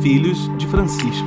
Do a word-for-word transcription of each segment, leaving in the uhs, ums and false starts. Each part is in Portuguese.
Filhos de Francisco.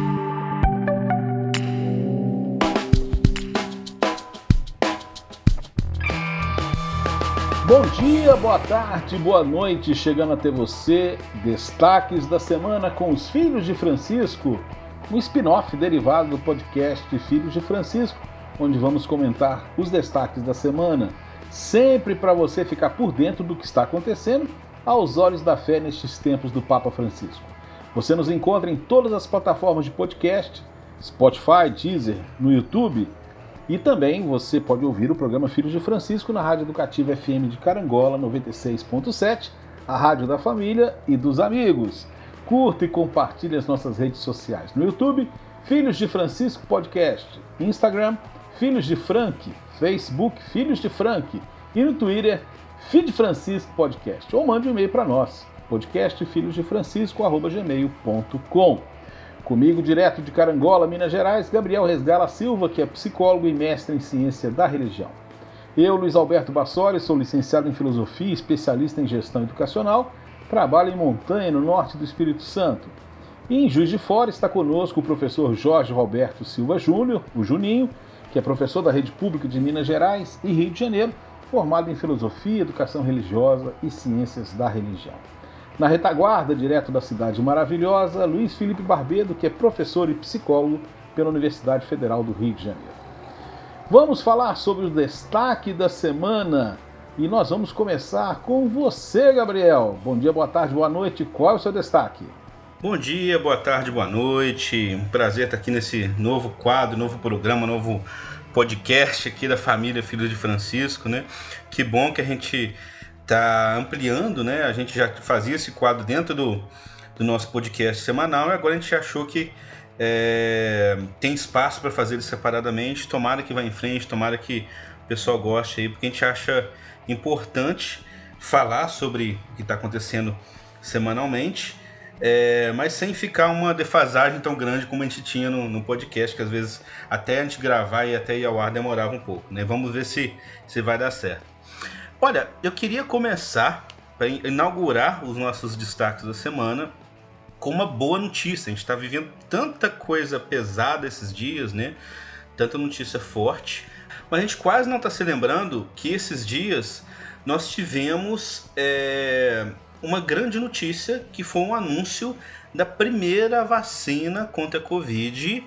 Bom dia, boa tarde, boa noite, chegando até você, destaques da semana com os Filhos de Francisco, um spin-off derivado do podcast Filhos de Francisco, onde vamos comentar os destaques da semana, sempre para você ficar por dentro do que está acontecendo aos olhos da fé nestes tempos do Papa Francisco. Você nos encontra em todas as plataformas de podcast, Spotify, Deezer, no YouTube, e também você pode ouvir o programa Filhos de Francisco na Rádio Educativa F M de Carangola, noventa e seis ponto sete, a rádio da família e dos amigos. Curta e compartilhe as nossas redes sociais. No YouTube, Filhos de Francisco Podcast. Instagram, Filhos de Frank. Facebook, Filhos de Frank. E no Twitter, Filhos de Francisco Podcast. Ou mande um e-mail para nós, podcastfilhosdefrancisco arroba gmail ponto com. Comigo, direto de Carangola, Minas Gerais, Gabriel Resgala Silva, que é psicólogo e mestre em ciência da religião. Eu, Luiz Alberto Bassoli, sou licenciado em filosofia e especialista em gestão educacional, trabalho em Montanha, no norte do Espírito Santo. E em Juiz de Fora está conosco o professor Jorge Roberto Silva Júnior, o Juninho, que é professor da Rede Pública de Minas Gerais e Rio de Janeiro, formado em filosofia, educação religiosa e ciências da religião. Na retaguarda, direto da cidade maravilhosa, Luiz Felipe Barbedo, que é professor e psicólogo pela Universidade Federal do Rio de Janeiro. Vamos falar sobre o destaque da semana e nós vamos começar com você, Gabriel. Bom dia, boa tarde, boa noite. Qual é o seu destaque? Bom dia, boa tarde, boa noite. Um prazer estar aqui nesse novo quadro, novo programa, novo podcast aqui da família Filhos de Francisco, né? Que bom que a gente está ampliando, né? A gente já fazia esse quadro dentro do, do nosso podcast semanal e agora a gente achou que é, tem espaço para fazer ele separadamente. Tomara que vá em frente, tomara que o pessoal goste aí, porque a gente acha importante falar sobre o que está acontecendo semanalmente, é, mas sem ficar uma defasagem tão grande como a gente tinha no, no podcast, que às vezes até a gente gravar e até ir ao ar demorava um pouco, né? Vamos ver se, se vai dar certo. Olha, eu queria começar, para inaugurar os nossos destaques da semana, com uma boa notícia. A gente está vivendo tanta coisa pesada esses dias, né? Tanta notícia forte, mas a gente quase não está se lembrando que esses dias nós tivemos é, uma grande notícia, que foi um anúncio da primeira vacina contra a Covid,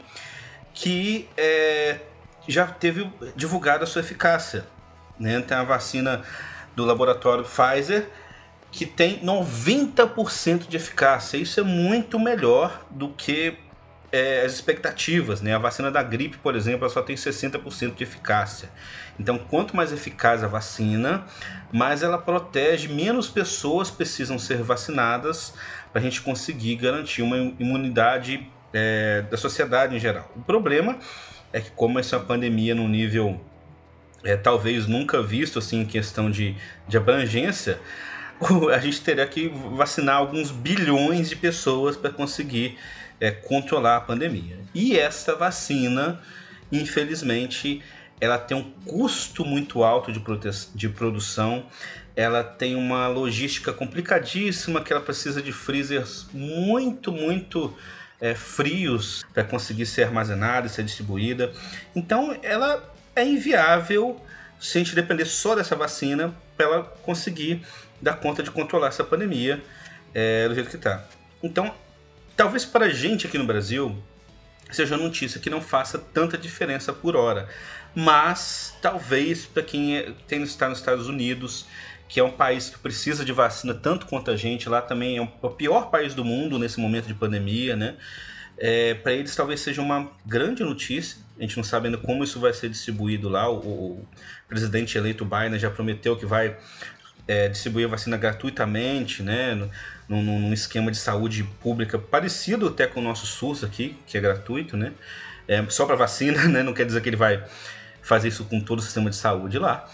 que é, já teve divulgada a sua eficácia. Né? Tem a vacina do laboratório Pfizer que tem noventa por cento de eficácia. Isso é muito melhor do que é, as expectativas. Né? A vacina da gripe, por exemplo, ela só tem sessenta por cento de eficácia. Então, quanto mais eficaz a vacina, mais ela protege, menos pessoas precisam ser vacinadas para a gente conseguir garantir uma imunidade é, da sociedade em geral. O problema é que, como essa é uma pandemia no nível É, talvez nunca visto assim, em questão de, de abrangência, a gente teria que vacinar alguns bilhões de pessoas para conseguir é, controlar a pandemia. E essa vacina, infelizmente, ela tem um custo muito alto de, prote- de produção, ela tem uma logística complicadíssima, que ela precisa de freezers muito, muito é, frios para conseguir ser armazenada e ser distribuída. Então, ela é inviável se a gente depender só dessa vacina para ela conseguir dar conta de controlar essa pandemia é, do jeito que está. Então, talvez para a gente aqui no Brasil seja uma notícia que não faça tanta diferença por hora, mas talvez para quem é, tem está nos Estados Unidos, que é um país que precisa de vacina tanto quanto a gente, lá também é o pior país do mundo nesse momento de pandemia, né? É, para eles talvez seja uma grande notícia. A gente não sabe ainda como isso vai ser distribuído lá. O, o presidente eleito Biden já prometeu que vai é, distribuir a vacina gratuitamente, né, num, num esquema de saúde pública parecido até com o nosso SUS aqui, que é gratuito, né, é, só para vacina, né, não quer dizer que ele vai fazer isso com todo o sistema de saúde lá.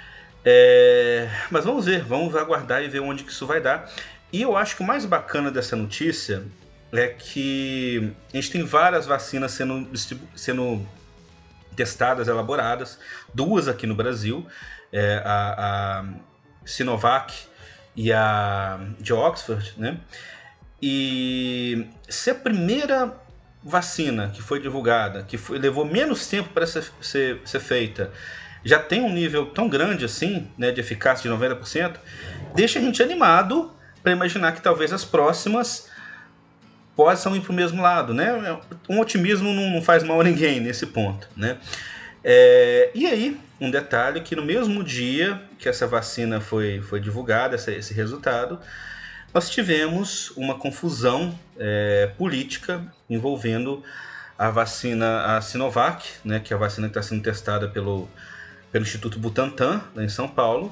É, mas vamos ver, vamos aguardar e ver onde que isso vai dar. E eu acho que o mais bacana dessa notícia é que a gente tem várias vacinas sendo, sendo testadas, elaboradas, duas aqui no Brasil, é, a, a Sinovac e a de Oxford, né? E se a primeira vacina que foi divulgada, que foi, levou menos tempo para ser, ser, ser feita, já tem um nível tão grande assim, né, de eficácia de noventa por cento, deixa a gente animado para imaginar que talvez as próximas possam ir para o mesmo lado, né? Um otimismo não, não faz mal a ninguém nesse ponto, né? É, e aí, um detalhe que no mesmo dia que essa vacina foi, foi divulgada, essa, esse resultado, nós tivemos uma confusão é, política envolvendo a vacina, a Sinovac, né, que é a vacina que está sendo testada pelo, pelo Instituto Butantan, lá em São Paulo,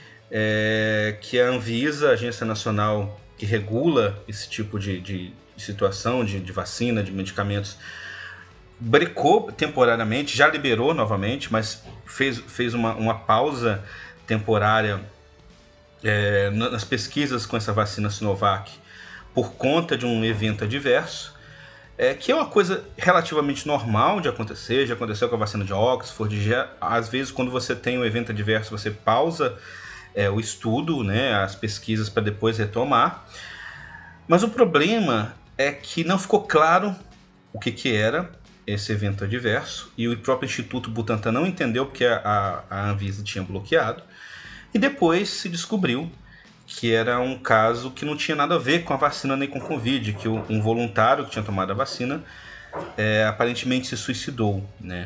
é, que a Anvisa, a agência nacional que regula esse tipo de, de situação, de, de vacina, de medicamentos, brecou temporariamente, já liberou novamente, mas fez, fez uma, uma pausa temporária é, nas pesquisas com essa vacina Sinovac por conta de um evento adverso, é, que é uma coisa relativamente normal de acontecer, já aconteceu com a vacina de Oxford, já, às vezes quando você tem um evento adverso você pausa é, o estudo, né, as pesquisas para depois retomar, mas o problema é que não ficou claro o que, que era esse evento adverso, e o próprio Instituto Butantan não entendeu porque a, a Anvisa tinha bloqueado, e depois se descobriu que era um caso que não tinha nada a ver com a vacina nem com o Covid, que um voluntário que tinha tomado a vacina é, aparentemente se suicidou, né?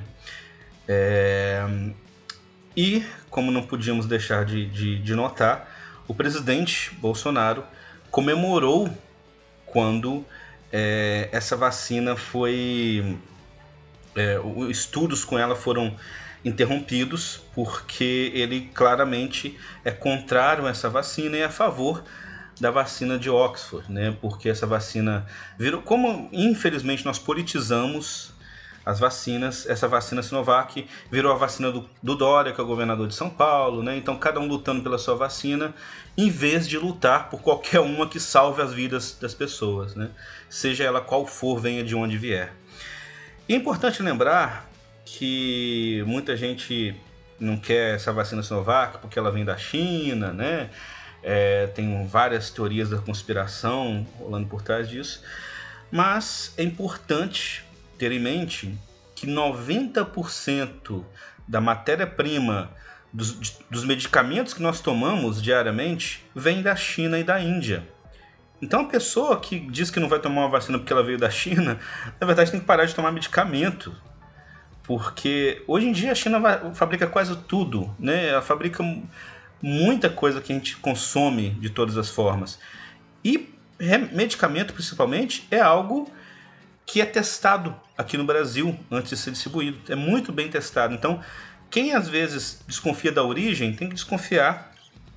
É, e, como não podíamos deixar de, de, de notar, o presidente Bolsonaro comemorou quando é, essa vacina foi... É, os estudos com ela foram interrompidos porque ele claramente é contrário a essa vacina e é a favor da vacina de Oxford, né? Porque essa vacina virou, como infelizmente nós politizamos as vacinas, essa vacina Sinovac virou a vacina do, do Dória, que é o governador de São Paulo, né? Então cada um lutando pela sua vacina, em vez de lutar por qualquer uma que salve as vidas das pessoas, né? Seja ela qual for, venha de onde vier. E é importante lembrar que muita gente não quer essa vacina Sinovac porque ela vem da China, né? É, tem várias teorias da conspiração rolando por trás disso, mas é importante ter em mente que noventa por cento da matéria-prima dos, dos medicamentos que nós tomamos diariamente vem da China e da Índia. Então a pessoa que diz que não vai tomar uma vacina porque ela veio da China, na verdade tem que parar de tomar medicamento. Porque hoje em dia a China fabrica quase tudo, né? Ela fabrica muita coisa que a gente consome de todas as formas. E medicamento, principalmente, é algo que é testado aqui no Brasil antes de ser distribuído. É muito bem testado. Então, quem às vezes desconfia da origem, tem que desconfiar,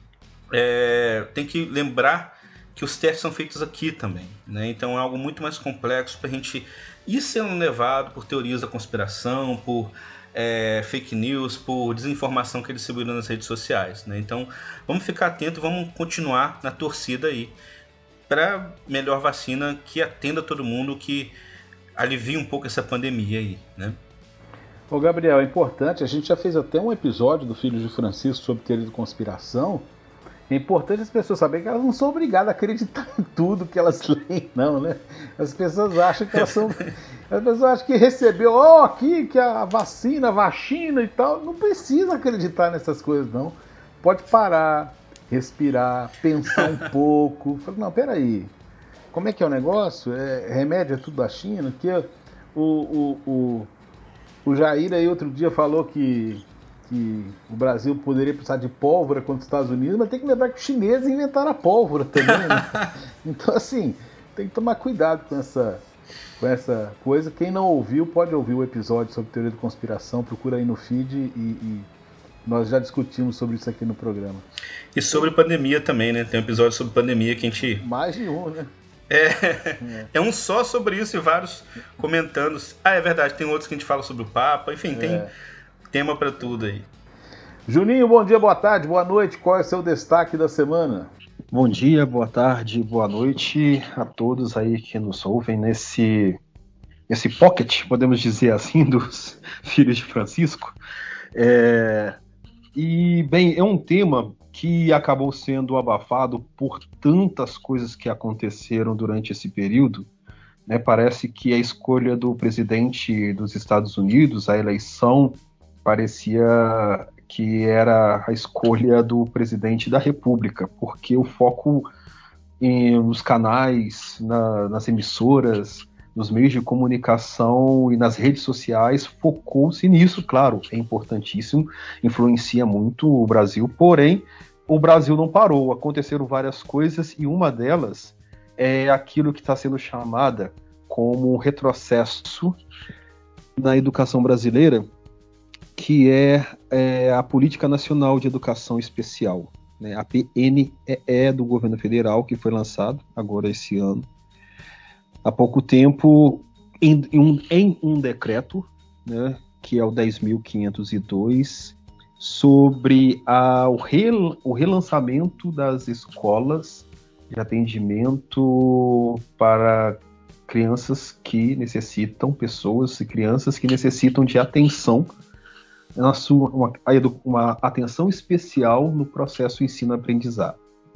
é, tem que lembrar que os testes são feitos aqui também, né? Então é algo muito mais complexo para a gente ir sendo levado por teorias da conspiração, por é, fake news, por desinformação que é distribuída nas redes sociais, né? Então vamos ficar atentos, vamos continuar na torcida aí para melhor vacina que atenda todo mundo, que alivie um pouco essa pandemia aí, né? Ô Gabriel, é importante, a gente já fez até um episódio do Filho de Francisco sobre teoria de conspiração. É importante as pessoas saberem que elas não são obrigadas a acreditar em tudo que elas leem, não, né? As pessoas acham que elas são... As pessoas acham que recebeu, ó, oh, aqui, que a vacina, a vacina e tal. Não precisa acreditar nessas coisas, não. Pode parar, respirar, pensar um pouco. Fala, não, peraí, como é que é o negócio? É, remédio é tudo da China? Que o, o, o, o Jair aí outro dia falou que... que o Brasil poderia precisar de pólvora contra os Estados Unidos, mas tem que lembrar que os chineses inventaram a pólvora também, né? Então, assim, tem que tomar cuidado com essa, com essa coisa. Quem não ouviu, pode ouvir o episódio sobre teoria da conspiração, procura aí no feed e, e nós já discutimos sobre isso aqui no programa. E sobre pandemia também, né? Tem um episódio sobre pandemia que a gente... Mais de um, né? É, é. é um só sobre isso e vários comentando. Ah, é verdade, tem outros que a gente fala sobre o Papa, enfim, tem... É. Tema para tudo aí. Juninho, bom dia, boa tarde, boa noite. Qual é o seu destaque da semana? Bom dia, boa tarde, boa noite a todos aí que nos ouvem nesse, nesse pocket, podemos dizer assim, dos Filhos de Francisco. É, e Bem, é um tema que acabou sendo abafado por tantas coisas que aconteceram durante esse período, né? Parece que a escolha do presidente dos Estados Unidos, a eleição, parecia que era a escolha do presidente da República, porque o foco em, nos canais, na, nas emissoras, nos meios de comunicação e nas redes sociais focou-se nisso. Claro, é importantíssimo, influencia muito o Brasil, porém o Brasil não parou, aconteceram várias coisas e uma delas é aquilo que está sendo chamada como retrocesso na educação brasileira, que é, é a Política Nacional de Educação Especial, né, a P N E E do governo federal, que foi lançado agora esse ano, há pouco tempo, em, em, um, em um decreto, né, que é o dez mil quinhentos e dois, sobre a, o, rel, o relançamento das escolas de atendimento para crianças que necessitam, pessoas e crianças que necessitam de atenção, na sua, uma, uma atenção especial no processo ensino-aprendizado.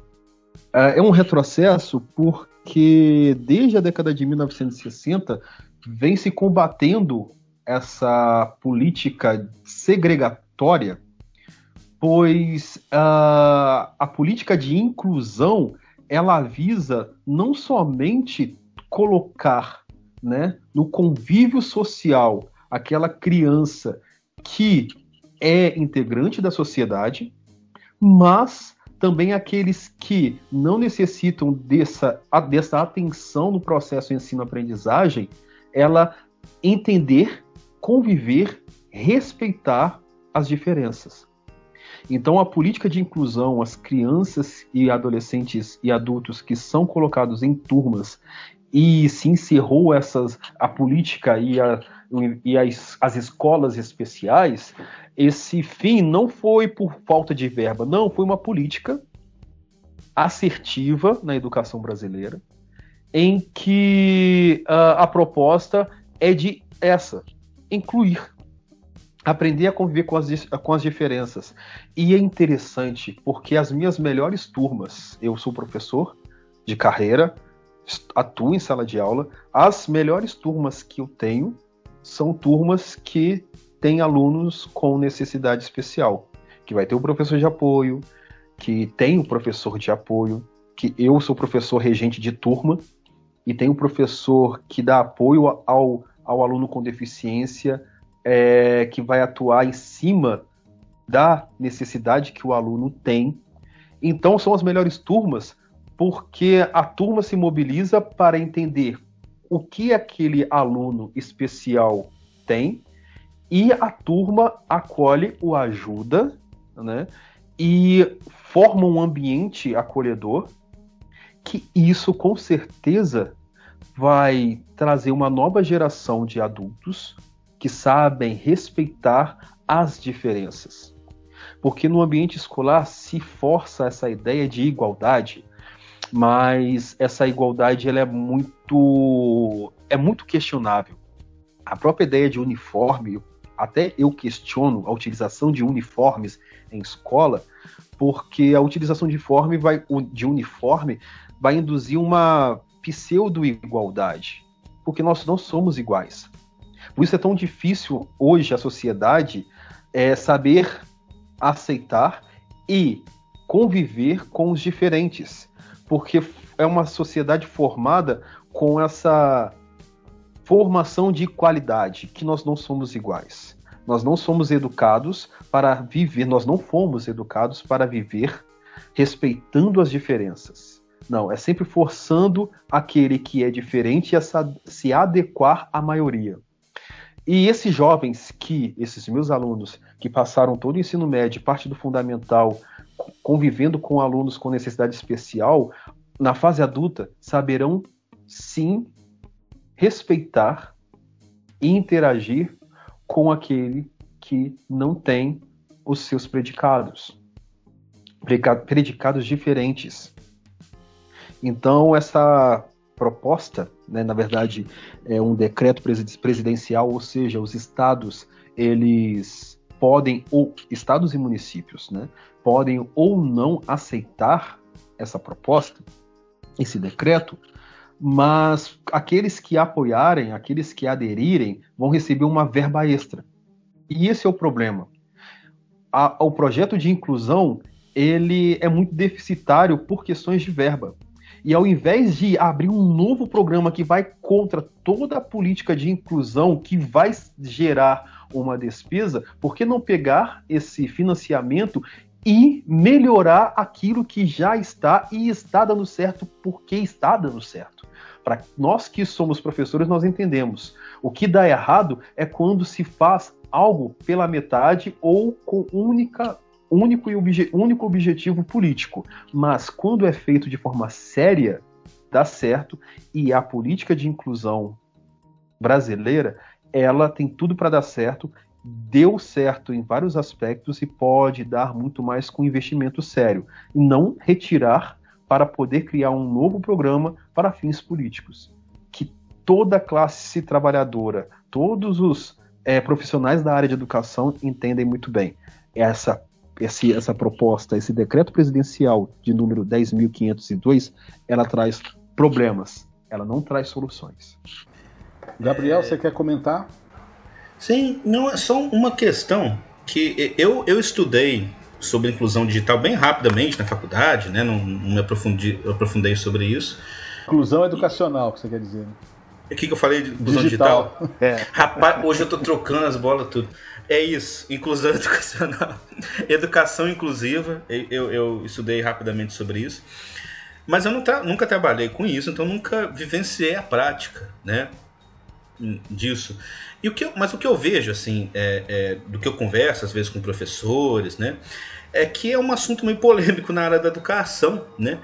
É um retrocesso porque desde a década de mil novecentos e sessenta vem se combatendo essa política segregatória, pois uh, a política de inclusão ela visa não somente colocar, né, no convívio social aquela criança que é integrante da sociedade, mas também aqueles que não necessitam dessa, dessa atenção no processo ensino-aprendizagem, ela entender, conviver, respeitar as diferenças. Então, a política de inclusão, as crianças e adolescentes e adultos que são colocados em turmas e se encerrou essas, a política e, a, e as, as escolas especiais, esse fim não foi por falta de verba, não, foi uma política assertiva na educação brasileira, em que uh, a proposta é de essa, incluir, aprender a conviver com as, com as diferenças. E é interessante, porque as minhas melhores turmas, eu sou professor de carreira, atuo em sala de aula, as melhores turmas que eu tenho são turmas que têm alunos com necessidade especial, que vai ter o professor de apoio, que tem o professor de apoio, que eu sou professor regente de turma, e tem o professor que dá apoio ao, ao aluno com deficiência, é, que vai atuar em cima da necessidade que o aluno tem. Então são as melhores turmas, porque a turma se mobiliza para entender o que aquele aluno especial tem, e a turma acolhe, o ajuda, né, e forma um ambiente acolhedor, que isso com certeza vai trazer uma nova geração de adultos que sabem respeitar as diferenças. Porque no ambiente escolar se força essa ideia de igualdade, mas essa igualdade ela é muito é muito questionável. A própria ideia de uniforme, até eu questiono a utilização de uniformes em escola, porque a utilização de uniforme vai, de uniforme vai induzir uma pseudo-igualdade, porque nós não somos iguais. Por isso é tão difícil hoje a sociedade é, saber aceitar e conviver com os diferentes, porque é uma sociedade formada com essa formação de qualidade, que nós não somos iguais. Nós não somos educados para viver, nós não fomos educados para viver respeitando as diferenças. Não, é sempre forçando aquele que é diferente a se adequar à maioria. E esses jovens que, esses meus alunos, que passaram todo o ensino médio, parte do fundamental, convivendo com alunos com necessidade especial, na fase adulta, saberão sim respeitar e interagir com aquele que não tem os seus predicados, predicados diferentes. Então, essa proposta, né, na verdade, é um decreto presidencial, ou seja, os estados eles podem, ou estados e municípios, né, podem ou não aceitar essa proposta, esse decreto, mas aqueles que apoiarem, aqueles que aderirem, vão receber uma verba extra. E esse é o problema. A, o projeto de inclusão, ele é muito deficitário por questões de verba. E ao invés de abrir um novo programa que vai contra toda a política de inclusão, que vai gerar uma despesa, por que não pegar esse financiamento e melhorar aquilo que já está e está dando certo porque está dando certo? Para nós que somos professores, nós entendemos. O que dá errado é quando se faz algo pela metade ou com única único e obje, único objetivo político, mas quando é feito de forma séria, dá certo, e a política de inclusão brasileira, ela tem tudo para dar certo, deu certo em vários aspectos e pode dar muito mais com investimento sério, e não retirar para poder criar um novo programa para fins políticos, que toda a classe trabalhadora, todos os é, profissionais da área de educação entendem muito bem. Essa Esse, essa proposta, esse decreto presidencial de número dez mil quinhentos e dois, ela traz problemas, ela não traz soluções. Gabriel, é... você quer comentar? Sim, não é só uma questão que eu, eu estudei sobre inclusão digital bem rapidamente na faculdade, né? Não, não me aprofundi, aprofundei sobre isso. Inclusão educacional, que você quer dizer? O que, que eu falei de inclusão digital? digital? É. Rapaz, hoje eu tô trocando as bolas tudo. É isso, inclusão educacional. Educação inclusiva, eu, eu estudei rapidamente sobre isso. Mas eu não tra- nunca trabalhei com isso, então nunca vivenciei a prática, né, disso. E o que eu, mas o que eu vejo, assim, é, é, do que eu converso às vezes com professores, né, é que é um assunto meio polêmico na área da educação, né?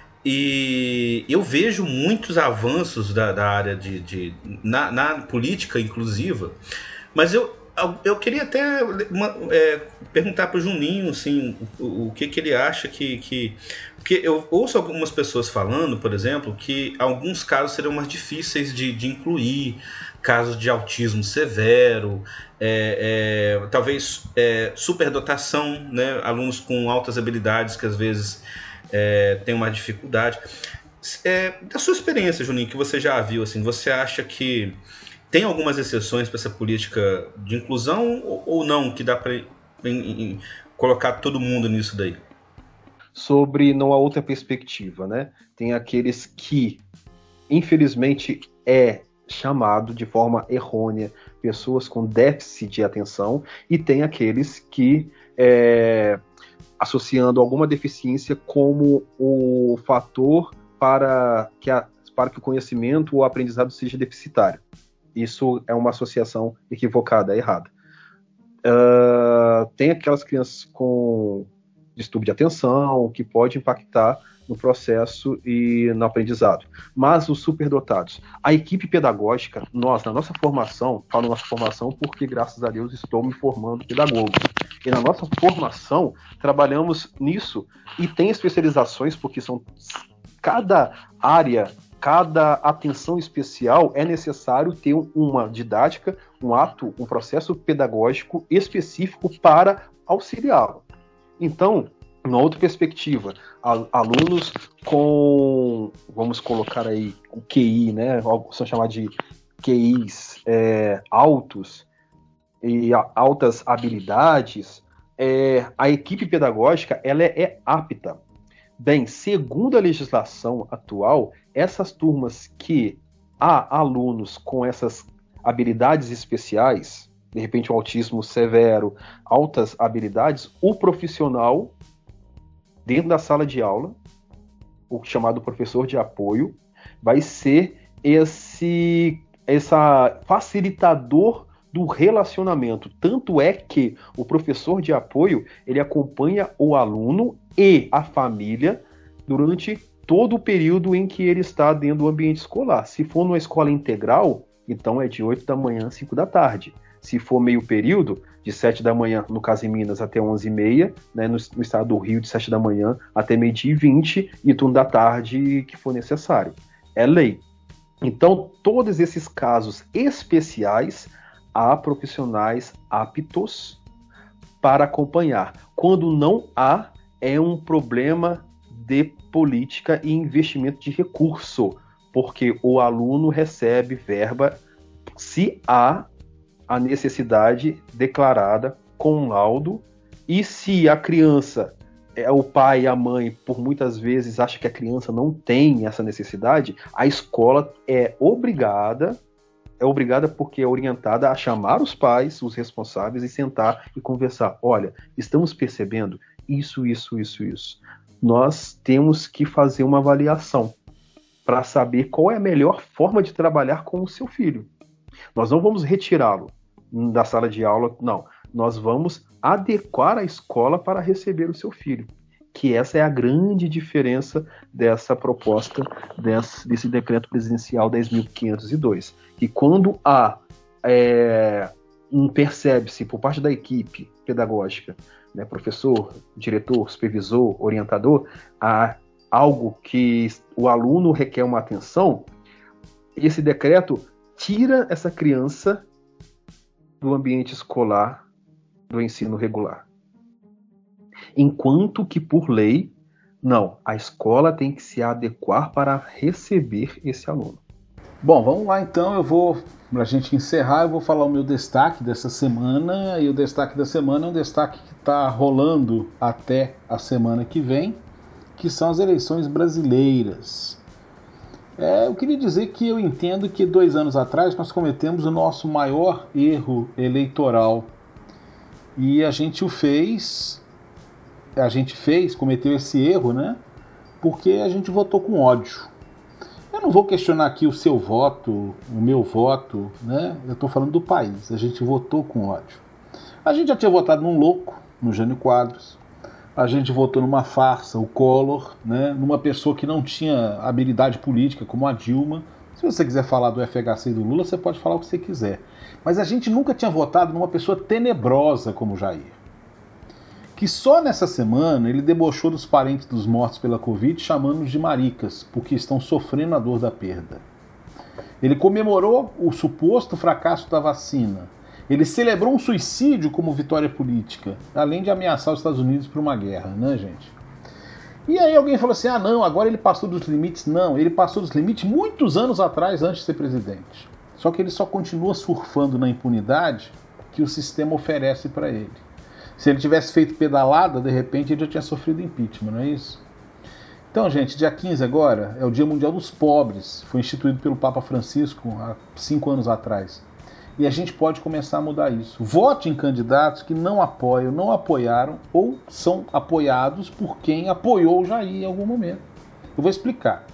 E eu vejo muitos avanços da, da área de, de na, na política inclusiva, mas eu Eu queria até uma, é, perguntar para o Juninho assim, o, o que, que ele acha que, que... Porque eu ouço algumas pessoas falando, por exemplo, que alguns casos seriam mais difíceis de, de incluir, casos de autismo severo, é, é, talvez é, superdotação, né, alunos com altas habilidades que às vezes é, têm uma dificuldade. É, da sua experiência, Juninho, que você já viu, assim, você acha que tem algumas exceções para essa política de inclusão ou não, que dá para colocar todo mundo nisso daí? Sobre não há outra perspectiva, né? Tem aqueles que, infelizmente, é chamado de forma errônea pessoas com déficit de atenção, e tem aqueles que, é, associando alguma deficiência como o fator para que, a, para que o conhecimento ou o aprendizado seja deficitário. Isso é uma associação equivocada, errada. Uh, tem aquelas crianças com distúrbio de atenção, que pode impactar no processo e no aprendizado. Mas os superdotados, a equipe pedagógica, nós, na nossa formação, falo nossa formação porque, graças a Deus, estou me formando pedagogo. E na nossa formação, trabalhamos nisso, e tem especializações, porque são cada área, cada atenção especial é necessário ter uma didática, um ato, um processo pedagógico específico para auxiliá-lo. Então, uma outra perspectiva, alunos com, vamos colocar aí, o Q I, né, são chamados de Q Is é, altos e altas habilidades, é, a equipe pedagógica ela é, é apta. Bem, segundo a legislação atual, essas turmas que há alunos com essas habilidades especiais, de repente um autismo severo, altas habilidades, o profissional dentro da sala de aula, o chamado professor de apoio, vai ser esse essa facilitador do relacionamento. Tanto é que o professor de apoio, ele acompanha o aluno e a família durante todo o período em que ele está dentro do ambiente escolar. Se for numa escola integral, então é de oito da manhã às cinco da tarde. Se for meio período, de sete da manhã, no caso em Minas, até onze e meia, né, no, no estado do Rio, de sete da manhã até meio-dia e vinte, e turno da tarde que for necessário. É lei. Então, todos esses casos especiais, há profissionais aptos para acompanhar. Quando não há, é um problema de política e investimento de recurso, porque o aluno recebe verba se há a necessidade declarada com laudo, e se a criança, é, o pai e a mãe, por muitas vezes, acha que a criança não tem essa necessidade, a escola é obrigada, é obrigada porque é orientada a chamar os pais, os responsáveis, e sentar e conversar. Olha, estamos percebendo isso, isso, isso, isso. Nós temos que fazer uma avaliação para saber qual é a melhor forma de trabalhar com o seu filho. Nós não vamos retirá-lo da sala de aula, não. Nós vamos adequar a escola para receber o seu filho. Que essa é a grande diferença dessa proposta, desse, desse decreto presidencial dez mil quinhentos e dois. Que quando há, é, um percebe-se por parte da equipe pedagógica, né, professor, diretor, supervisor, orientador, há algo que o aluno requer uma atenção, esse decreto tira essa criança do ambiente escolar, do ensino regular. Enquanto que, por lei, não, a escola tem que se adequar para receber esse aluno. Bom, vamos lá então, eu vou, para a gente encerrar, eu vou falar o meu destaque dessa semana, e o destaque da semana é um destaque que está rolando até a semana que vem, que são as eleições brasileiras. É, eu queria dizer que eu entendo que dois anos atrás nós cometemos o nosso maior erro eleitoral, e a gente o fez, a gente fez, cometeu esse erro, né, porque a gente votou com ódio. Eu não vou questionar aqui o seu voto, o meu voto, né? Eu estou falando do país. A gente votou com ódio. A gente já tinha votado num louco, no Jânio Quadros. A gente votou numa farsa, o Collor, né? Numa pessoa que não tinha habilidade política, como a Dilma. Se você quiser falar do F H C e do Lula, você pode falar o que você quiser. Mas a gente nunca tinha votado numa pessoa tenebrosa como o Jair. Que só nessa semana ele debochou dos parentes dos mortos pela Covid, chamando-os de maricas, porque estão sofrendo a dor da perda. Ele comemorou o suposto fracasso da vacina. Ele celebrou um suicídio como vitória política, além de ameaçar os Estados Unidos por uma guerra, né, gente? E aí alguém falou assim, ah não, agora ele passou dos limites. Não, ele passou dos limites muitos anos atrás, antes de ser presidente. Só que ele só continua surfando na impunidade que o sistema oferece para ele. Se ele tivesse feito pedalada, de repente ele já tinha sofrido impeachment, não é isso? Então, gente, dia quinze agora é o Dia Mundial dos Pobres. Foi instituído pelo Papa Francisco há cinco anos atrás. E a gente pode começar a mudar isso. Vote em candidatos que não apoiam, não apoiaram ou são apoiados por quem apoiou o Jair em algum momento. Eu vou explicar.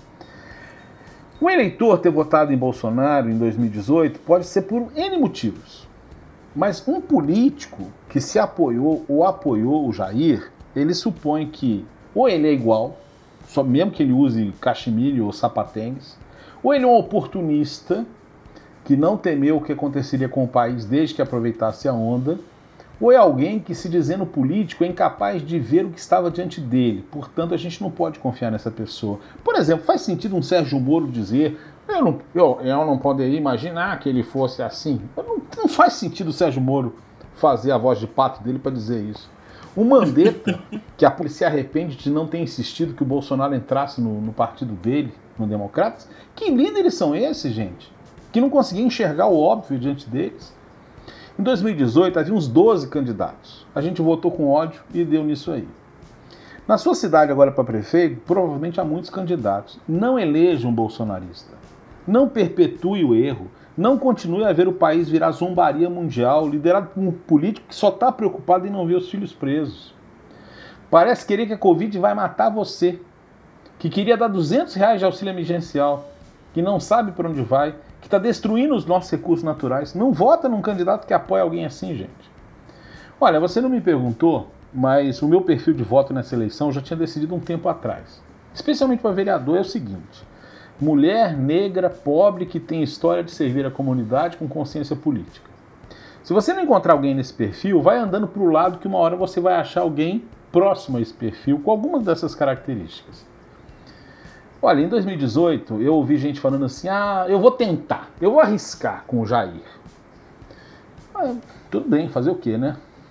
O eleitor ter votado em Bolsonaro em dois mil e dezoito pode ser por N motivos. Mas um político que se apoiou ou apoiou o Jair, ele supõe que ou ele é igual, só mesmo que ele use cachemire ou sapatênis, ou ele é um oportunista que não temeu o que aconteceria com o país desde que aproveitasse a onda, ou é alguém que, se dizendo político, é incapaz de ver o que estava diante dele. Portanto, a gente não pode confiar nessa pessoa. Por exemplo, faz sentido um Sérgio Moro dizer eu não, eu, eu não poderia imaginar que ele fosse assim? Não, não faz sentido o Sérgio Moro fazer a voz de pato dele para dizer isso. O Mandetta, que a polícia se arrepende de não ter insistido que o Bolsonaro entrasse no, no partido dele, no Democratas. Que líderes são esses, gente? Que não conseguiam enxergar o óbvio diante deles. Em dois mil e dezoito, havia uns doze candidatos. A gente votou com ódio e deu nisso aí. Na sua cidade agora para prefeito, provavelmente há muitos candidatos. Não eleja um bolsonarista. Não perpetue o erro. Não continue a ver o país virar zombaria mundial, liderado por um político que só está preocupado em não ver os filhos presos. Parece querer que a Covid vai matar você. Que queria dar duzentos reais de auxílio emergencial. Que não sabe para onde vai. Que está destruindo os nossos recursos naturais. Não vota num candidato que apoia alguém assim, gente. Olha, você não me perguntou, mas o meu perfil de voto nessa eleição eu já tinha decidido um tempo atrás. Especialmente para vereador é o seguinte: mulher negra, pobre, que tem história de servir a comunidade com consciência política. Se você não encontrar alguém nesse perfil, vai andando para o lado que uma hora você vai achar alguém próximo a esse perfil com algumas dessas características. Olha, em dois mil e dezoito eu ouvi gente falando assim, ah, eu vou tentar, eu vou arriscar com o Jair. Ah, tudo bem, fazer o quê, né?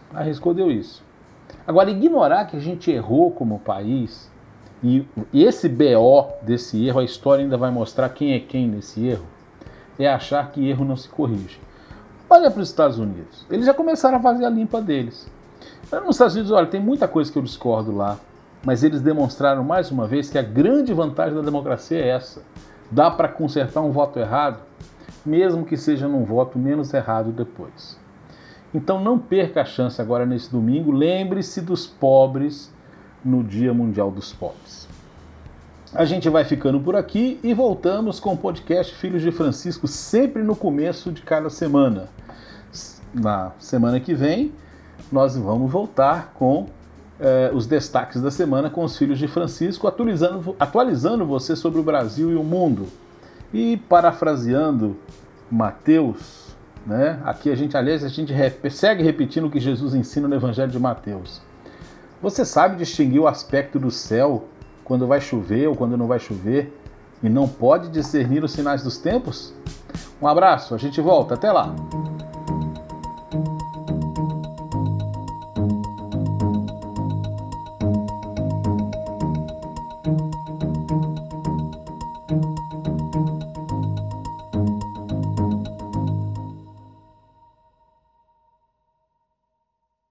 Arriscou, deu isso. Agora, ignorar que a gente errou como país, e esse B O desse erro, a história ainda vai mostrar quem é quem nesse erro, é achar que erro não se corrige. Olha para os Estados Unidos. Eles já começaram a fazer a limpa deles. Nos Estados Unidos, olha, tem muita coisa que eu discordo lá, mas eles demonstraram mais uma vez que a grande vantagem da democracia é essa. Dá para consertar um voto errado, mesmo que seja num voto menos errado depois. Então não perca a chance agora nesse domingo. Lembre-se dos pobres no Dia Mundial dos Pobres. A gente vai ficando por aqui e voltamos com o podcast Filhos de Francisco, sempre no começo de cada semana. Na semana que vem, nós vamos voltar com eh, os destaques da semana com os Filhos de Francisco, atualizando, atualizando você sobre o Brasil e o mundo. E parafraseando Mateus, né? Aqui a gente, aliás, a gente rep- segue repetindo o que Jesus ensina no Evangelho de Mateus. Você sabe distinguir o aspecto do céu quando vai chover ou quando não vai chover e não pode discernir os sinais dos tempos? Um abraço, a gente volta, até lá!